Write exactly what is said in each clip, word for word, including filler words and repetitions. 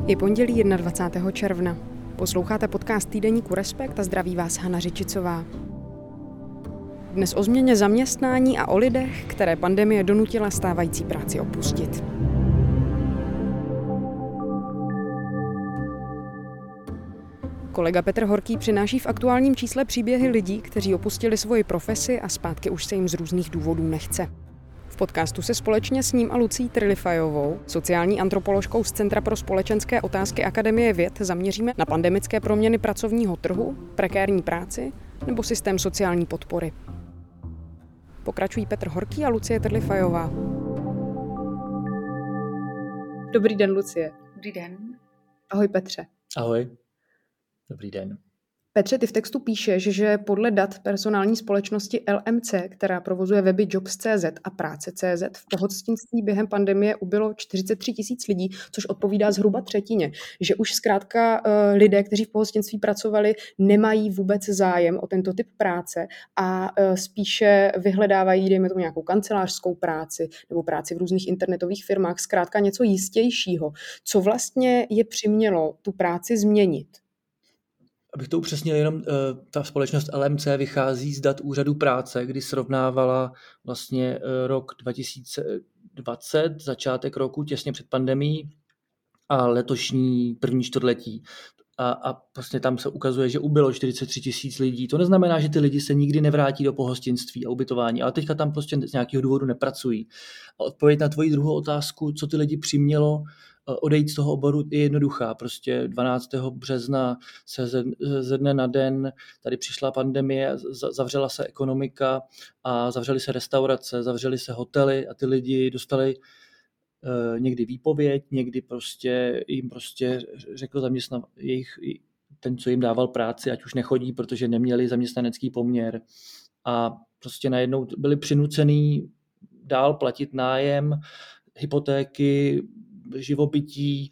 Je pondělí dvacátého prvního června. Posloucháte podcast týdeníku Respekt a zdraví vás Hana Řičicová. Dnes o změně zaměstnání a o lidech, které pandemie donutila stávající práci opustit. Kolega Petr Horký přináší v aktuálním čísle příběhy lidí, kteří opustili svoji profesi a zpátky už se jim z různých důvodů nechce. V podcastu se společně s ním a Lucí Trilifajovou, sociální antropoložkou z Centra pro společenské otázky Akademie věd, zaměříme na pandemické proměny pracovního trhu, prekérní práci nebo systém sociální podpory. Pokračují Petr Horký a Lucie Trilifajová. Dobrý den, Lucie. Dobrý den. Ahoj, Petře. Ahoj. Dobrý den. Petře, ty v textu píšeš, že podle dat personální společnosti L M C, která provozuje weby Jobs tečka cé zet a Práce tečka cé zet, v pohostinství během pandemie ubylo čtyřicet tři tisíc lidí, což odpovídá zhruba třetině. Že už zkrátka uh, lidé, kteří v pohostinství pracovali, nemají vůbec zájem o tento typ práce a uh, spíše vyhledávají, dejme tomu, nějakou kancelářskou práci nebo práci v různých internetových firmách, zkrátka něco jistějšího. Co vlastně je přimělo tu práci změnit? Abych to upřesnil, jenom ta společnost L M C vychází z dat Úřadu práce, kdy srovnávala vlastně rok dva tisíce dvacet, začátek roku těsně před pandemií a letošní první čtvrtletí. A, a vlastně tam se ukazuje, že ubylo čtyřicet tři tisíc lidí. To neznamená, že ty lidi se nikdy nevrátí do pohostinství a ubytování, ale teďka tam prostě z nějakého důvodu nepracují. A odpověď na tvoji druhou otázku, co ty lidi přimělo odejít z toho oboru, je jednoduchá. Prostě dvanáctého března se ze, ze dne na den tady přišla pandemie, zavřela se ekonomika a zavřely se restaurace, zavřely se hotely a ty lidi dostali uh, někdy výpověď, někdy prostě jim prostě řekl zaměstnav, jejich, ten, co jim dával práci, ať už nechodí, protože neměli zaměstnanecký poměr a prostě najednou byli přinucený dál platit nájem, hypotéky, živobytí,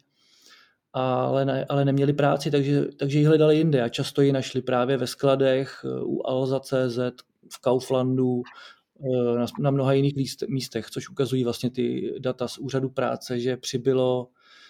ale, ne, ale neměli práci, takže, takže ji hledali jinde a často ji našli právě ve skladech, u Alza tečka cé zet, v Kauflandu, na, na mnoha jiných místech, což ukazují vlastně ty data z Úřadu práce, že přibylo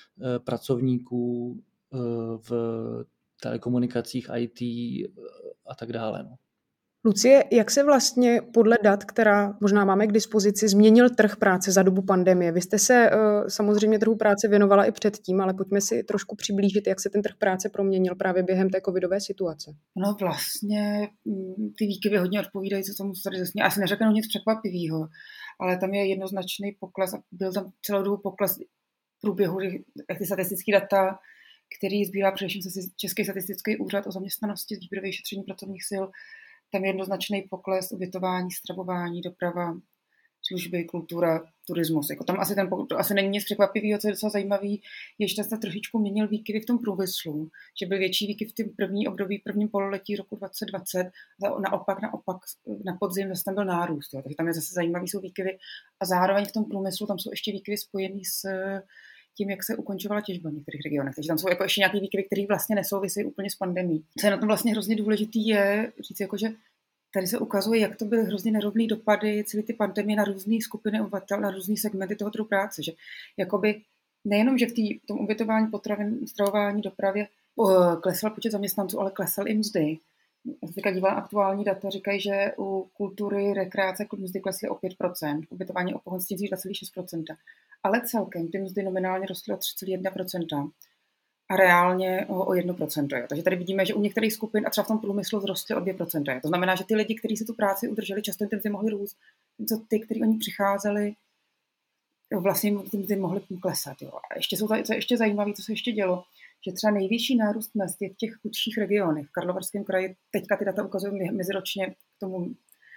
pracovníků v telekomunikacích, í té a tak dále. No. Lucie, jak se vlastně podle dat, která možná máme k dispozici, změnil trh práce za dobu pandemie? Vy jste se uh, samozřejmě trhu práce věnovala i předtím, ale pojďme si trošku přiblížit, jak se ten trh práce proměnil právě během té covidové situace. No vlastně ty výkyvy hodně odpovídají, co tomu tady zasně. Asi neřeknu nic překvapivého, ale tam je jednoznačný pokles, byl tam celou dobu pokles v průběhu ty statistické data, který sbírá především Český statistický úřad o zaměstnanosti, výběrové šetření pracovních sil. Tam je jednoznačný pokles, ubytování, stravování, doprava, služby, kultura, turismus. Jako tam asi, ten, to asi není nic překvapivého, co je docela zajímavý, je, že se trošičku měnil výkyvy v tom průmyslu, že byl větší výkyv v tom první období, prvním pololetí roku dvacet dvacet, a naopak, naopak na podzim zase tam byl nárůst. Jo. Takže tam je zase zajímavý jsou výkyvy a zároveň v tom průmyslu tam jsou ještě výkyvy spojený s tím, jak se ukončovala těžba v některých regionech. Takže tam jsou jako ještě nějaké výkyvy, které vlastně nesouvisí úplně s pandemií. Co je na tom vlastně hrozně důležitý je říct, jako, že tady se ukazuje, jak to byly hrozně nerovné dopady celé ty pandemie na různé skupiny obyvatel, na různé segmenty toho trhu práce. Že jakoby nejenom, že v tý, tom ubytování, potravin, stravování, dopravě uh, klesal počet zaměstnanců, ale klesal i mzdy. Teďka dívám aktuální data, říkají, že u kultury, rekreace mzdy klesly o pět procent, ubytování o pohostinství dva celá šest procent. Ale celkem ty mzdy nominálně rostly o tři celá jedna procenta a reálně o, o jedno procento. Jo. Takže tady vidíme, že u některých skupin a třeba v tom průmyslu vzrostly o dvě procenta. Jo. To znamená, že ty lidi, kteří si tu práci udrželi, často ty mzdy mohli růst, co ty, kteří oni přicházeli, jo, vlastně ty mzdy mohly klesat. Jo. A ještě jsou tady, co je ještě zajímavé, co se ještě dělo, že třeba nejvyšší nárůst mezd je v těch chudších regionech. V Karlovarském kraji teďka ty data ukazují meziročně k tomu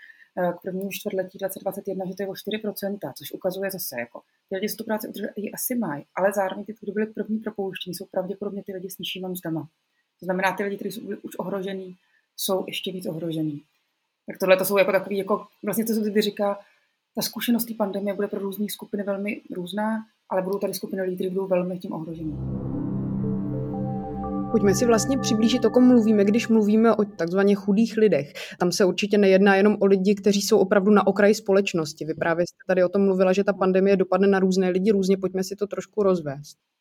k prvnímu čtvrtletí dvacet dvacet jedna, že to je o čtyři procenta, což ukazuje zase, jako ty lidi si tu práci udrželi, ji asi mají, ale zároveň ty, kteří byli první propouštění, jsou pravděpodobně ty lidi s nižšíma mzdama. To znamená, ty lidi, kteří jsou už ohrožený, jsou ještě víc ohrožený. Tak tohle to jsou jako takový, jako vlastně to, co by říká, ta zkušenost té pandemie bude pro různé skupiny velmi různá, ale budou tady skupiny lidí, kteří budou velmi tím ohrožení. Pojďme si vlastně přiblížit, o kom mluvíme, když mluvíme o takzvaně chudých lidech. Tam se určitě nejedná jenom o lidi, kteří jsou opravdu na okraji společnosti. Vy právě jste tady o tom mluvila, že ta pandemie dopadne na různé lidi různě. Pojďme si to trošku rozvést.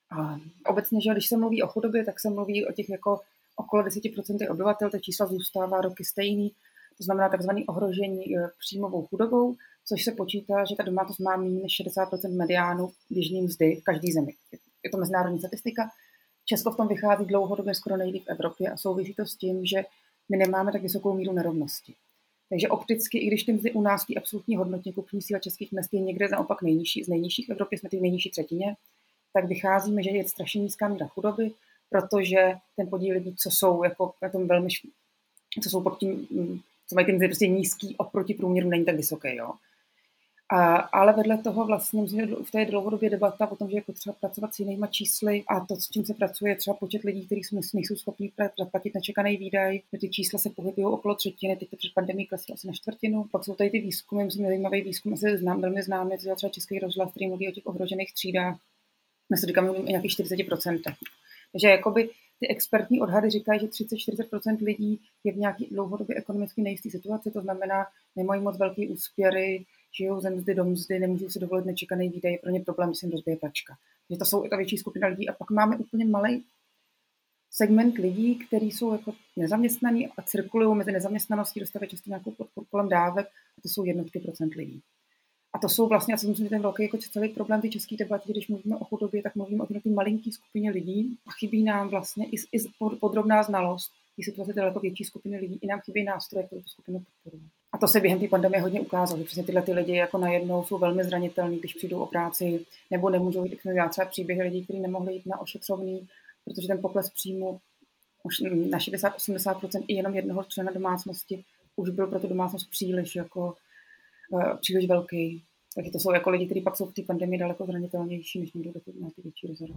A obecně, že když se mluví o chudobě, tak se mluví o těch jako okolo deset procent obyvatel, ta čísla zůstává roky stejný, to znamená takzvané ohrožení příjmovou chudobou, což se počítá, že ta domácnost má méně než šedesát procent mediánu běžné mzdy v každé zemi. Je to mezinárodní statistika. Česko v tom vychází dlouhodobě skoro nejlíp v Evropě a souvisí to s tím, že my nemáme tak vysokou míru nerovnosti. Takže opticky, i když ty mzdy u nás v té absolutní hodnotě kupní síla českých mezd je někde naopak nejnižší, z nejnižších v Evropě, jsme ty nejnižší třetině, tak vycházíme, že je strašně nízká míra chudoby, protože ten podíl lidí, co jsou jako na tom velmi, co jsou pod tím, co mají ty mzdy prostě nízký oproti průměru, není tak vysoké, jo. A, ale vedle toho vlastně v té dlouhodobě debata o tom, že je potřeba pracovat s jinýma čísly a to, s čím se pracuje, je třeba počet lidí, kteří nejsou schopni zaplatit nečekaný výdaj. Ty čísla se pohybují okolo třetiny, teď to před pandemií kleslo asi na čtvrtinu. Pak jsou tady ty výzkumy, myslím, zajímavý výzkum, asi znám, velmi známý, to je třeba Český rozhlas, který mluví o těch ohrožených třídách. My se říkáme o nějakých čtyřicet procent. Takže jakoby ty expertní odhady říkají, že třicet až čtyřicet procent lidí je v nějaké dlouhodobě ekonomicky nejisté situaci, to znamená, nemají moc velký úspěry, žijou ze mzdy do mzdy, nemůžou si dovolit nečekaný výdaj, je pro ně problém, když se jim rozbije pračka. Takže to jsou ta větší skupina lidí. A pak máme úplně malý segment lidí, kteří jsou jako nezaměstnaní a cirkulují mezi nezaměstnaností, dostávají často nějakou podporu kolem dávek, a to jsou jednotky procent lidí. A to jsou vlastně, a co myslím, že ten velký jako celý problém té české debaty, když mluvíme o chudobě, tak mluvíme o té malinký skupině lidí a chybí nám vlastně i, i podrobná znalost té situace daleko větší skupiny lidí, i nám chybí nástroje, které tu skupinu podporují. A to se během té pandemie hodně ukázalo, že přesně tyhle ty lidi jako najednou jsou velmi zranitelní, když přijdou o práci, nebo nemůžou jít, já třeba příběhy lidí, kteří nemohli jít na ošetřovný, protože ten pokles příjmu už na šedesát až osmdesát procent i jenom jednoho člena domácnosti už byl pro tu domácnost příliš jako uh, příliš velký. Takže to jsou jako lidi, kteří pak jsou v té pandemii daleko zranitelnější, než někdo, kdo má ty větší rezervy.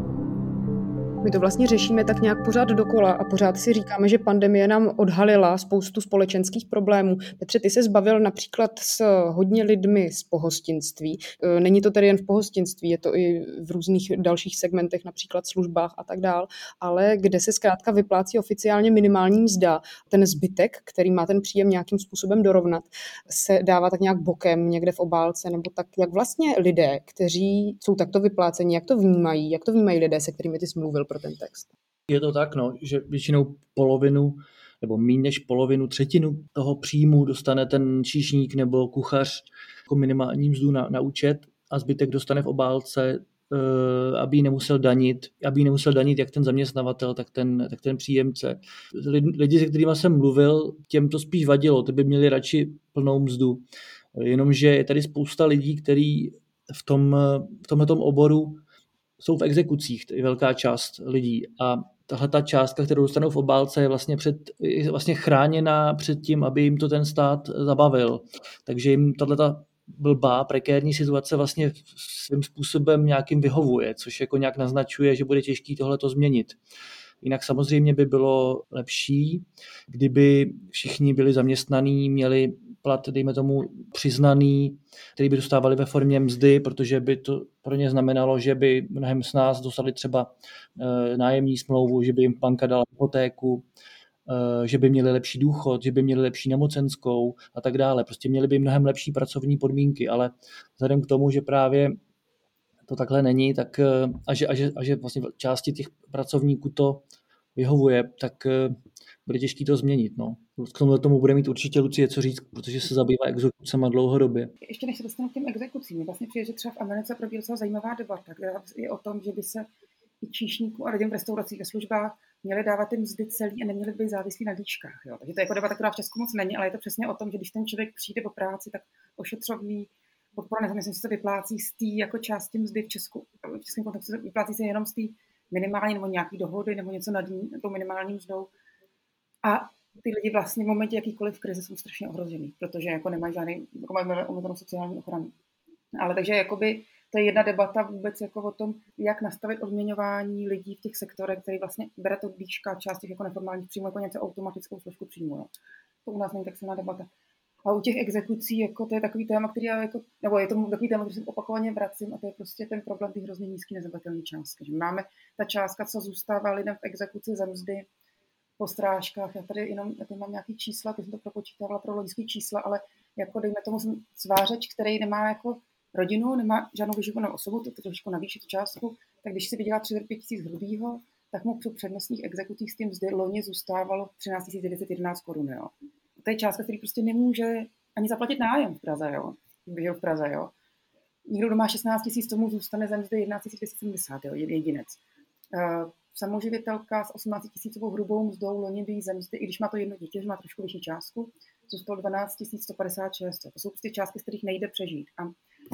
My to vlastně řešíme tak nějak pořád dokola a pořád si říkáme, že pandemie nám odhalila spoustu společenských problémů. Petře, ty se zbavil například s hodně lidmi z pohostinství. Není to tedy jen v pohostinství, je to i v různých dalších segmentech, například službách a tak dál, ale kde se zkrátka vyplácí oficiálně minimální mzda. Ten zbytek, který má ten příjem nějakým způsobem dorovnat, se dává tak nějak bokem někde v obálce, nebo tak, jak vlastně lidé, kteří jsou takto vypláceni, jak to vnímají, jak to vnímají lidé, se kterými ty jsi mluvil pro ten text. Je to tak, no, že většinou polovinu nebo méně než polovinu, třetinu toho příjmu dostane ten číšník nebo kuchař jako minimální mzdu na, na účet a zbytek dostane v obálce, uh, aby ji nemusel danit, aby ji nemusel danit jak ten zaměstnavatel, tak ten, tak ten příjemce. Lidi, se kterými jsem mluvil, těm to spíš vadilo, ty by měli radši plnou mzdu. Jenomže je tady spousta lidí, kteří v, tom, v tomhletom oboru jsou v exekucích, to je velká část lidí. A tahle ta částka, kterou dostanou v obálce, je vlastně, před, je vlastně chráněná před tím, aby jim to ten stát zabavil. Takže jim tato blbá, prekérní situace vlastně svým způsobem nějakým vyhovuje, což jako nějak naznačuje, že bude těžký tohleto změnit. Jinak samozřejmě by bylo lepší, kdyby všichni byli zaměstnaní, měli plat, dejme tomu, přiznaný, který by dostávali ve formě mzdy, protože by to pro ně znamenalo, že by mnohem z nás dostali třeba e, nájemní smlouvu, že by jim banka dala hypotéku, e, že by měli lepší důchod, že by měli lepší nemocenskou a tak dále. Prostě měli by mnohem lepší pracovní podmínky, ale vzhledem k tomu, že právě to takhle není, tak a že, a že, a že vlastně části těch pracovníků to vyhovuje, tak bude těžký to změnit. No. K tomu, tomu bude mít určitě Lucie co říct, protože se zabývá exekucemi dlouhodobě. Ještě než se dostanu k těm exekucím, vlastně přijde, že třeba v Americe probíhá docela zajímavá debata, která je o tom, že by se i číšníků a lidem v restauracích a službách měli dávat ty mzdy celý a neměli by být závislí na dýčkách. Jo. Takže to je jako debata, která v Česku moc není, ale je to přesně o tom, že když ten člověk přijde po práci, tak ošetřovný podpora nezaměstnanosti se vyplácí z té jako části mzdy v Česku. V českém kontextu se vyplácí se jenom z té minimální nebo nějaký dohody nebo něco nad tou minimální mzdou. A ty lidi vlastně v momentě jakýkoliv krize jsou strašně ohrožený, protože jako nemají žádný, jako mají omezenou sociální ochranu. Ale takže jakoby to je jedna debata vůbec jako o tom, jak nastavit odměňování lidí v těch sektorech, který vlastně bere to výška část těch jako neformálních příjmů jako něco automatickou složku příjmu. No. To u nás není tak silná debata. A u těch exekucí, jako to je takový téma, který já jako, nebo je to takový téma, který jsem opakovaně vracím, a to je prostě ten problém těch hrozně nízký nezabatelný částky. Že máme ta částka, co zůstává lidem v exekuci za mzdy po strážkách. Já tady jenom já tady mám nějaký čísla, teď jsem to propočítávala pro loňský čísla, ale jako dejme tomu svářeč, který nemá jako rodinu, nemá žádnou vyživovanou osobu, to trošku navýší tu částku, tak když si vydělá třicet pět tisíc hrubýho, tak mu při přednostních exekucích s tím mzdy loni zůstávalo třináct tisíc devět set jedenáct korun. Jo. To je částka, který prostě nemůže ani zaplatit nájem v Praze, jo. v Praze, jo. Někdo, kdo má šestnáct tisíc, tomu zůstane za mzdy jedenáct tisíc dvě stě sedmdesát, jo, jedinec. Uh, samoživitelka s osmnáct tisícovou hrubou mzdou loni by jí za mzdy, i když má to jedno dítě, že má trošku vyšší částku, zůstalo dvanáct tisíc sto padesát šest. Jo. To jsou prostě částky, z kterých nejde přežít. A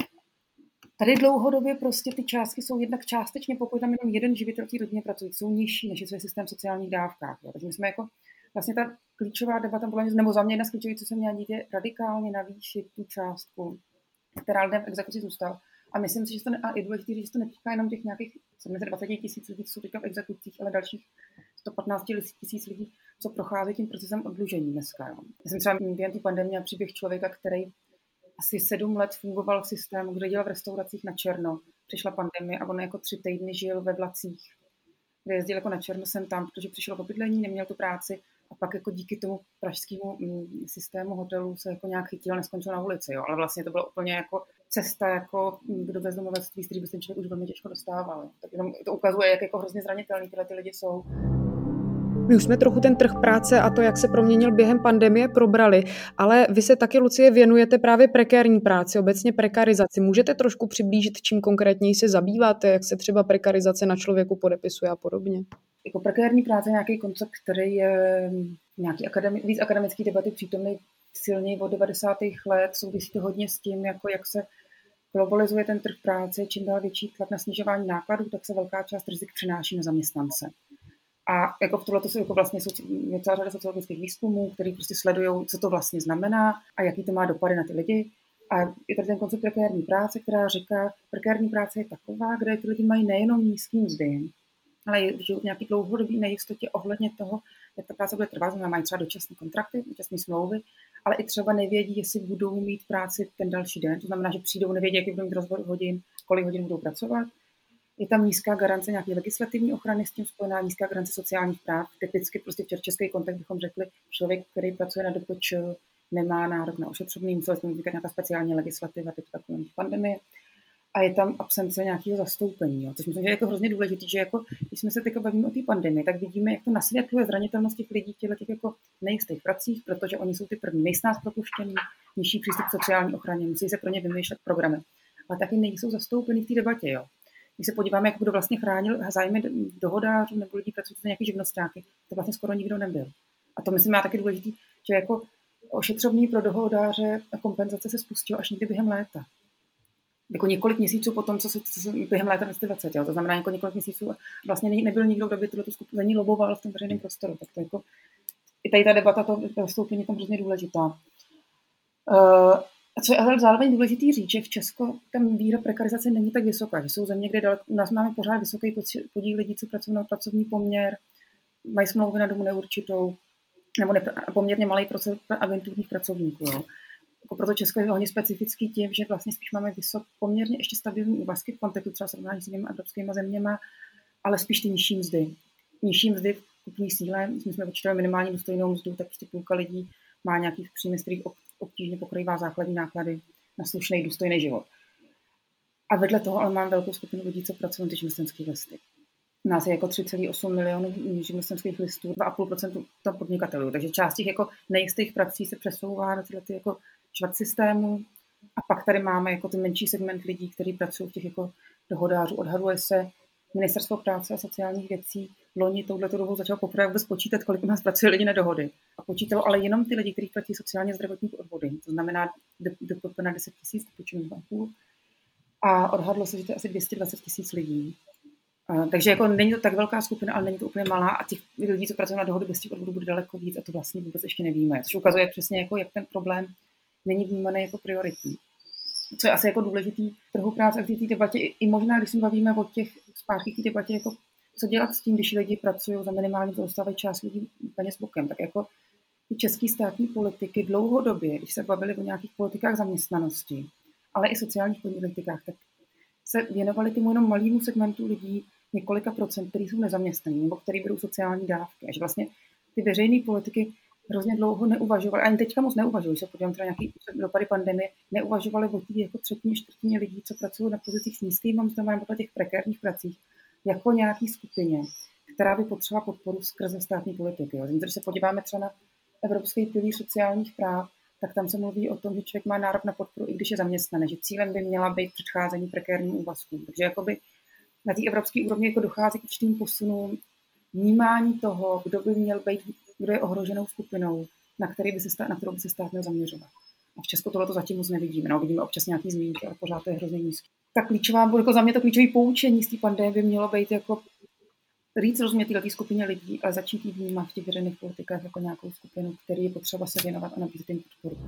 tady dlouhodobě prostě ty částky jsou jednak částečně, pokud tam jenom jeden živitel v té rodině pracuje, jsou nižší než je svůj systém sociálních dávkách. Jo. Takže my jsme jako vlastně ta klíčová debata, nebo za mě jedna z klíčových, co se měla dít, je radikálně navýšit tu částku, která lidem v exekuci zůstala. A myslím si, že to, ne, a je důležité, že to netýká jenom těch nějakých dvacet tisíc lidí, co jsou teďka v exekucích, ale dalších sto patnáct tisíc lidí, co prochází tím procesem oddlužení dneska. Jo. Já jsem třeba během té pandemie příběh člověka, který asi sedm let fungoval v systému, kde dělal v restauracích na černo. Přišla pandemie a on jako tři týdny žil ve vlacích, kde jezdil jako na černo sem tam, protože přišel o bydlení, neměl tu práci a pak jako díky tomu pražskému systému hotelů se jako nějak chytil, neskončil na ulici. Jo. Ale vlastně to bylo úplně jako cesta jako do bezdomovectví, z který by se ten člověk už velmi těžko dostával. Tak jenom to ukazuje, jak jako hrozně zranitelný tyhle ty lidi jsou. My už jsme trochu ten trh práce a to, jak se proměnil během pandemie, probrali, ale vy se taky, Lucie, věnujete právě prekérní práci, obecně prekarizaci. Můžete trošku přiblížit, čím konkrétněji se zabýváte, jak se třeba prekarizace na člověku podepisuje a podobně? Jako prekérní práce je nějaký koncept, který je nějaký akademi, víc akademický debaty přítomný silněji od devadesátých let, souvisí to hodně s tím, jako jak se globalizuje ten trh práce, čím dál větší tlak na snižování nákladů, tak se velká část rizik přenáší na zaměstnance. A jako v tohle to jsou jako vlastně je celá řada sociologických výzkumů, který prostě sledují, co to vlastně znamená a jaký to má dopady na ty lidi. A je tady ten koncept prekérní práce, která říká, prekérní práce je taková, kde ty lidi mají nejenom nízký mzdy, ale žijou v nějaký dlouhodobý nejistotě ohledně toho, jak ta práce bude trvat, znamená, mají třeba dočasné kontrakty, dočasné smlouvy, ale i třeba nevědí, jestli budou mít práci ten další den. To znamená, že přijdou, nevědí, jaký budou mít rozvod hodin, kolik hodin budou pracovat. Je tam nízká garance nějaké legislativní ochrany, s tím spojená nízká garance sociálních práv. Typicky prostě v český kontext bychom řekli, člověk, který pracuje na D P Č, nemá nárok na ošetřovný, musel jsme říkat nějaká speciální legislativa, teď takový pandemie. A je tam absence nějakého zastoupení. Jo. Což myslím, že je jako hrozně důležité, že jako, když jsme se teď bavíme o té pandemii, tak vidíme, jak to nasvětluje zranitelnost těch lidí v těch jako nejistých pracích, protože oni jsou ty první nejsnáz propuštění, nižší přístup k sociální ochraně, musí se pro ně vymýšlet programy. Ale taky nejsou zastoupení v té debatě. Jo. Když se podíváme, jak kdo vlastně chránil zájmy dohodářů nebo lidí pracujících na nějaké živnostáky, to vlastně skoro nikdo nebyl. A to myslím, je taky důležité, že jako ošetřovný pro dohodáře a kompenzace se spustilo až někdy během léta. Jako několik měsíců potom, co se, co se během léta dvacet dvacet, jo. To znamená jako několik měsíců a vlastně nebyl nikdo, kdo by tuto skupinu loboval v tom veřejném prostoru. Tak to jako, i tady ta debata, to zastoupení je tam hrozně důležitá. Uh, a co je ale zároveň důležitý říct, že v Česku tam míra prekarizace není tak vysoká, že jsou země, kde daleko, u nás máme pořád vysoký podíl lidí, co pracují na pracovní poměr, mají smlouvy na dobu neurčitou, nebo ne, poměrně malý procent agenturních pracovníků. Jo. Jako proto Česko je hodně specifický tím, že vlastně spíš máme vysok, poměrně ještě stabilní úvazky v kontextu třeba srovnání s jinými evropskými zeměma, ale spíš ty nižší mzdy. Nižší mzdy v kupní síle, my jsme počítali minimální důstojnou mzdu, tak prostě půlka lidí má nějaký příjmy, z kterých obtížně pokrývá základní náklady na slušný důstojný život. A vedle toho ale mám velkou skupinu lidí, co pracují na ty živnostenské listy. U nás je jako tři celá osm milionů živnostenských listů, dva celá pět procenta tam podnikatelů. Takže část těch jako nejistých prací se přesouvá do tyhle ty jako švat systému. A pak tady máme jako ten menší segment lidí, kteří pracují v těch jako dohodářů. Odhaduje se Ministerstvo práce a sociálních věcí loni touhletou dobou začalo poprvé vůbec počítat, kolik u nás pracuje lidi na dohody. A počítalo ale jenom ty lidi, kteří platí sociálně zdravotní odvody. To znamená D P P na deset tisíc, počítám dva půl. A odhadlo se, že to je asi dvě stě dvacet tisíc lidí. A, takže jako není to tak velká skupina, ale není to úplně malá a těch lidí, co pracují na dohody bez těch odvodů, bude daleko víc a to vlastně vůbec ještě nevíme. Což ukazuje přesně, jako, jak ten problém není vnímaný jako prioritní. Co je asi jako důležitý trhu práce a v té debatě, i možná, když se bavíme o těch zpátky té debatě, jako co dělat s tím, když lidi pracují za minimálně, to dostávají část lidí peněz bokem, tak jako ty české státní politiky dlouhodobě, když se bavili o nějakých politikách zaměstnanosti, ale i sociálních politikách, tak se věnovali tomu jenom malému segmentu lidí, několika procent, kteří jsou nezaměstnaní nebo kteří berou sociální dávky. A že vlastně ty veřejné politiky hrozně dlouho neuvažovali, ani teďka moc neuvažují, se podívám třeba nějaký dopady pandemie, neuvažovali o té jako třetině, čtvrtině lidí, co pracují na pozicích s nízkým mzdami nebo na těch prekérních pracích, jako nějaký skupině, která by potřebovala podporu skrze státní politiky. Jo. Když se podíváme třeba na Evropský pilíř sociálních práv, tak tam se mluví o tom, že člověk má nárok na podporu, i když je zaměstnaný, že cílem by měla být předcházení prekérním úvazkům. Takže jakoby na té evropské úrovni jako dochází k určitým posunům vnímání toho, kdo by měl být, kdo je ohroženou skupinou, na, který by se stát, na kterou by se stát měl zaměřovat. A v Česku tohle to zatím moc nevidíme. No, vidíme občas nějaký zmínky, ale pořád to je hrozně nízký. Ta klíčová, jako za mě to klíčové poučení z té pandemie by mělo být jako říct rozumět této skupině lidí, ale začít jí vnímat v těch veřejných politikách jako nějakou skupinu, který je potřeba se věnovat a nabízet jim podporu.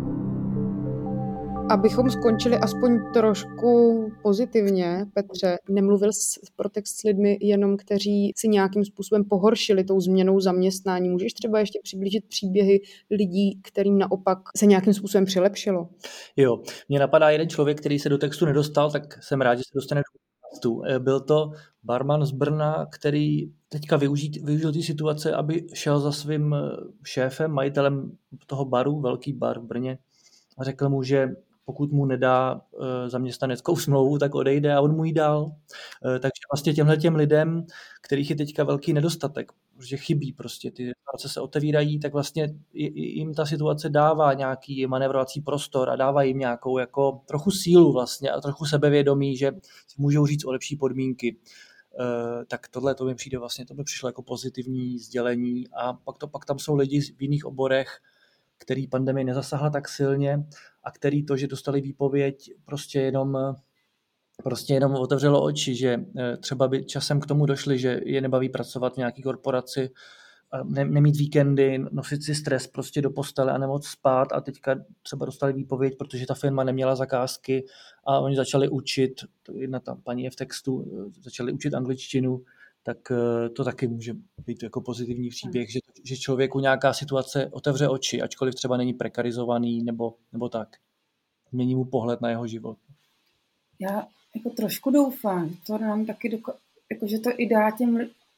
Abychom skončili aspoň trošku pozitivně, Petře, nemluvil jsi pro text s lidmi jenom, kteří si nějakým způsobem pohoršili tou změnou zaměstnání. Můžeš třeba ještě přiblížit příběhy lidí, kterým naopak se nějakým způsobem přilepšilo? Jo, mně napadá jeden člověk, který se do textu nedostal, tak jsem rád, že se dostane do textu. Byl to barman z Brna, který teďka využít, využil ty situace, aby šel za svým šéfem, majitelem toho baru, velký bar v Brně, a řekl mu, že pokud mu nedá e, zaměstnaneckou smlouvu, tak odejde a on mu ji dal. E, takže vlastně těmhle těm lidem, kterých je teďka velký nedostatek, protože chybí prostě, ty práce se otevírají, tak vlastně jim ta situace dává nějaký manévrovací prostor a dává jim nějakou jako trochu sílu vlastně a trochu sebevědomí, že si můžou říct o lepší podmínky. E, tak tohle to mi přijde vlastně, to by přišlo jako pozitivní sdělení a pak, to, pak tam jsou lidi v jiných oborech, který pandemie nezasáhla tak silně a který to, že dostali výpověď, prostě jenom, prostě jenom otevřelo oči, že třeba by časem k tomu došli, že je nebaví pracovat v nějaký korporaci, ne, nemít víkendy, nosit si stres prostě do postele a nemoc spát a teďka třeba dostali výpověď, protože ta firma neměla zakázky a oni začali učit, jedna tam paní je v textu, začali učit angličtinu, tak to taky může být jako pozitivní příběh, že, že člověku nějaká situace otevře oči, ačkoliv třeba není prekarizovaný nebo, nebo tak. Mění mu pohled na jeho život. Já jako trošku doufám, že to nám taky doko- jako, že to i dá těm,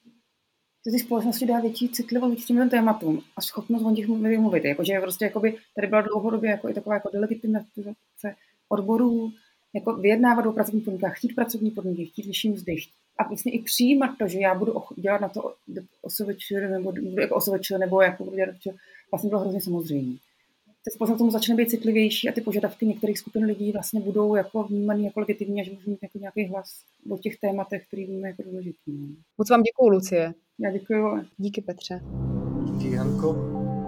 že ty společnosti dá větší citlivost k těm tématům a schopnost o nich mluvit. Jako, že prostě jakoby, tady byla dlouhodobě jako i taková jako delegitimizace odborů, jako vyjednávat o pracovních podmínkách, chtít pracovní podmínky, chtít vyšší mzdy, a vlastně i přijímat to, že já budu dělat na to osobeč, nebo budu jako osobeč, nebo jako budu dělat, vlastně bylo hrozně samozřejmé. Teď společnost tomu začne být citlivější a ty požadavky některých skupin lidí vlastně budou jako vnímaný jako legitimní, až budou mít jako nějaký hlas o těch tématech, který víme jako důležitý. Moc vám děkuju, Lucie. Já děkuju. Díky, Petře. Díky, Hanko.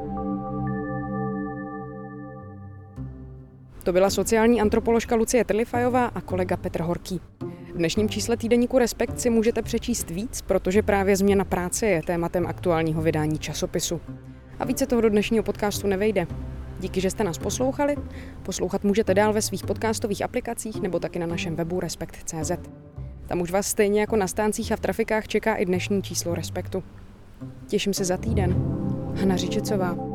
To byla sociální antropoložka Lucie Trlifajová a kolega Petr Horký. V dnešním čísle týdeníku Respekt si můžete přečíst víc, protože právě změna práce je tématem aktuálního vydání časopisu. A více toho do dnešního podcastu nevejde. Díky, že jste nás poslouchali. Poslouchat můžete dál ve svých podcastových aplikacích nebo taky na našem webu respekt tečka cé zet. Tam už vás stejně jako na stáncích a v trafikách čeká i dnešní číslo Respektu. Těším se za týden. Hana Řičicová.